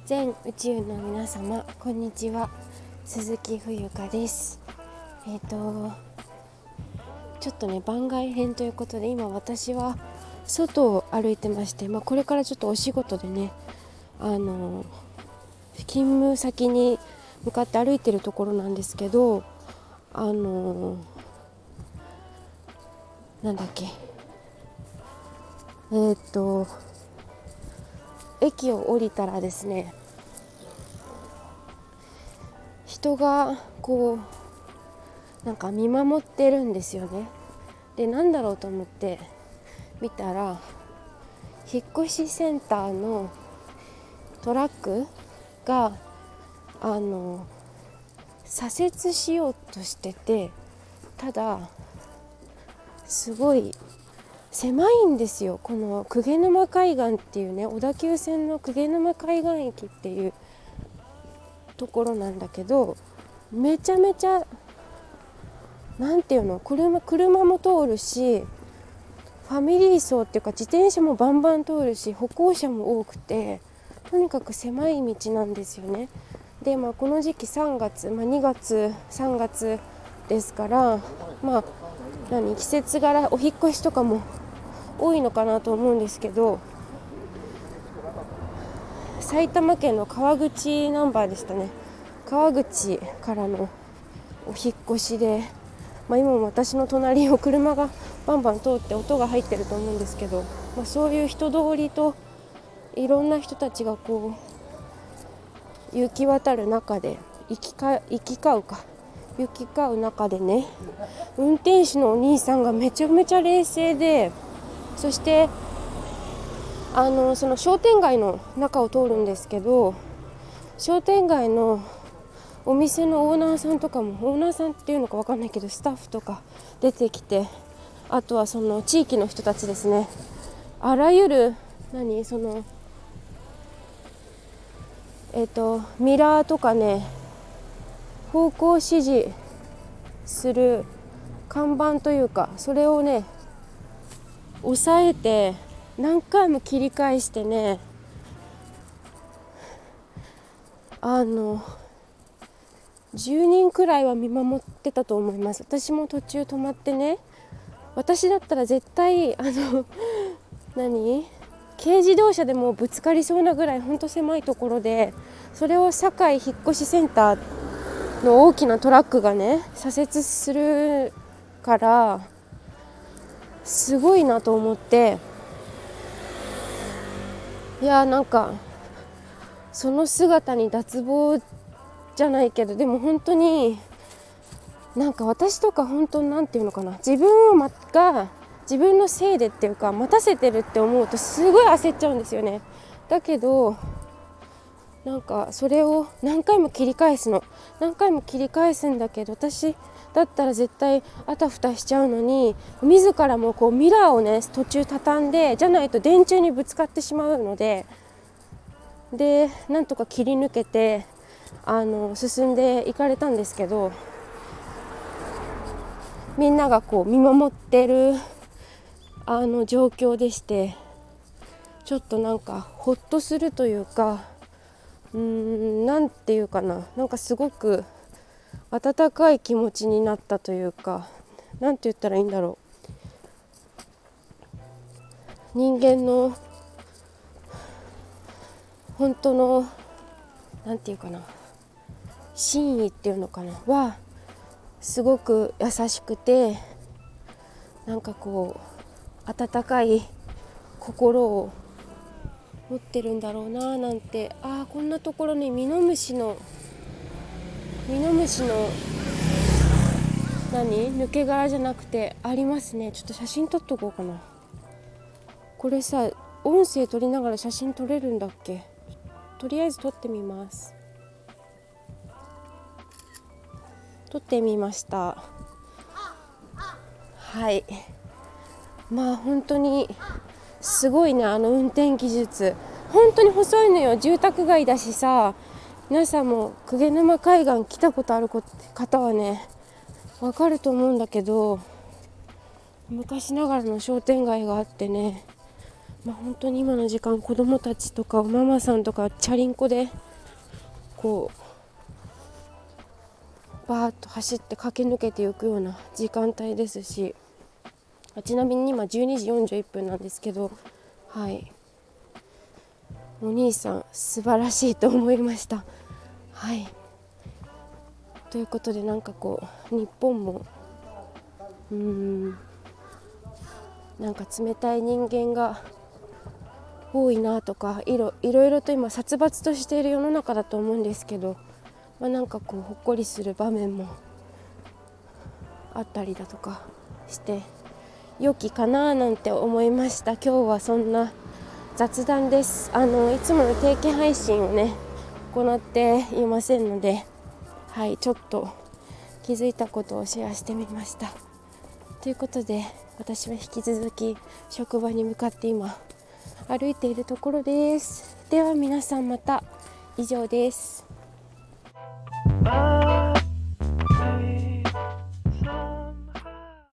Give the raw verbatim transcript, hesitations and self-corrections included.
全宇宙の皆様こんにちは、鈴木冬香です。えっ、ー、とちょっとね番外編ということで、今私は外を歩いてまして、まあ、これからちょっとお仕事でねあの勤務先に向かって歩いてるところなんですけど、あのなんだっけえっ、ー、と駅を降りたらですね、人がこうなんか見守ってるんですよね。で、なんだろうと思って見たら、引っ越しセンターのトラックがあの左折しようとしてて、ただすごい狭いんですよ。この鵠沼海岸っていうね、小田急線の鵠沼海岸駅っていうところなんだけど、めちゃめちゃなんていうの 車, 車も通るし、ファミリー層っていうか自転車もバンバン通るし、歩行者も多くて、とにかく狭い道なんですよね。で、まあ、この時期さんがつ、まあ、にがつさんがつですから、まあ何季節柄お引っ越しとかも多いのかなと思うんですけど、埼玉県の川口ナンバーでしたね。川口からのお引っ越しで、まあ、今も私の隣を車がバンバン通って音が入ってると思うんですけど、まあ、そういう人通りといろんな人たちがこう行き渡る中で行きか行き交うか行き交う中でね、運転手のお兄さんがめちゃめちゃ冷静で、そしてあのその商店街の中を通るんですけど、商店街のお店のオーナーさんとかも、オーナーさんっていうのか分かんないけど、スタッフとか出てきて、あとはその地域の人たちですね、あらゆる何そのえっとミラーとかね、方向指示する看板というか、それをね押さえて何回も切り返してね、あのじゅうにんくらいは見守ってたと思います。私も途中止まってね、私だったら絶対あの何軽自動車でもぶつかりそうなぐらいほんと狭いところで、それを堺引っ越しセンターの大きなトラックがね左折するからすごいなと思って、いやなんかその姿に脱帽じゃないけど、でも本当になんか私とか本当なんていうのかな、自分をまが自分のせいでっていうか待たせてるって思うとすごい焦っちゃうんですよね。だけどなんかそれを何回も切り返すの何回も切り返すんだけど、私だったら絶対あたふたしちゃうのに、自らもこうミラーをね途中畳んで、じゃないと電柱にぶつかってしまうので、でなんとか切り抜けてあの進んでいかれたんですけど、みんながこう見守ってるあの状況でして、ちょっとなんかほっとするというか、うーんなんていうかな、なんかすごく温かい気持ちになったというか、なんて言ったらいいんだろう、人間の本当のなんていうかな、真意っていうのかなはすごく優しくて、なんかこう温かい心を持ってるんだろうななんて。あーこんなところにミノムシのミノムシの何抜け殻じゃなくてありますね。ちょっと写真撮っとこうかな。これさ、音声撮りながら写真撮れるんだっけ。とりあえず撮ってみます。撮ってみました。はい、まあ本当にすごいね、あの運転技術。本当に細いのよ。住宅街だしさ、皆さんも鵠沼海岸来たことある方はねわかると思うんだけど、昔ながらの商店街があってね、 まあ、本当に今の時間子どもたちとかママさんとかチャリンコでこうバーッと走って駆け抜けていくような時間帯ですし、ちなみに今じゅうにじよんじゅういっぷんなんですけど、はい、お兄さん素晴らしいと思いました。はい、ということで、なんかこう日本もうーんなんか冷たい人間が多いなとか、いろいろいろと今殺伐としている世の中だと思うんですけど、まあ、なんかこうほっこりする場面もあったりだとかして良きかななんて思いました。今日はそんな雑談です。あのいつもの定期配信をね行っていませんので、はい、ちょっと気づいたことをシェアしてみました。ということで、私は引き続き職場に向かって今歩いているところです。では皆さん、また。以上です。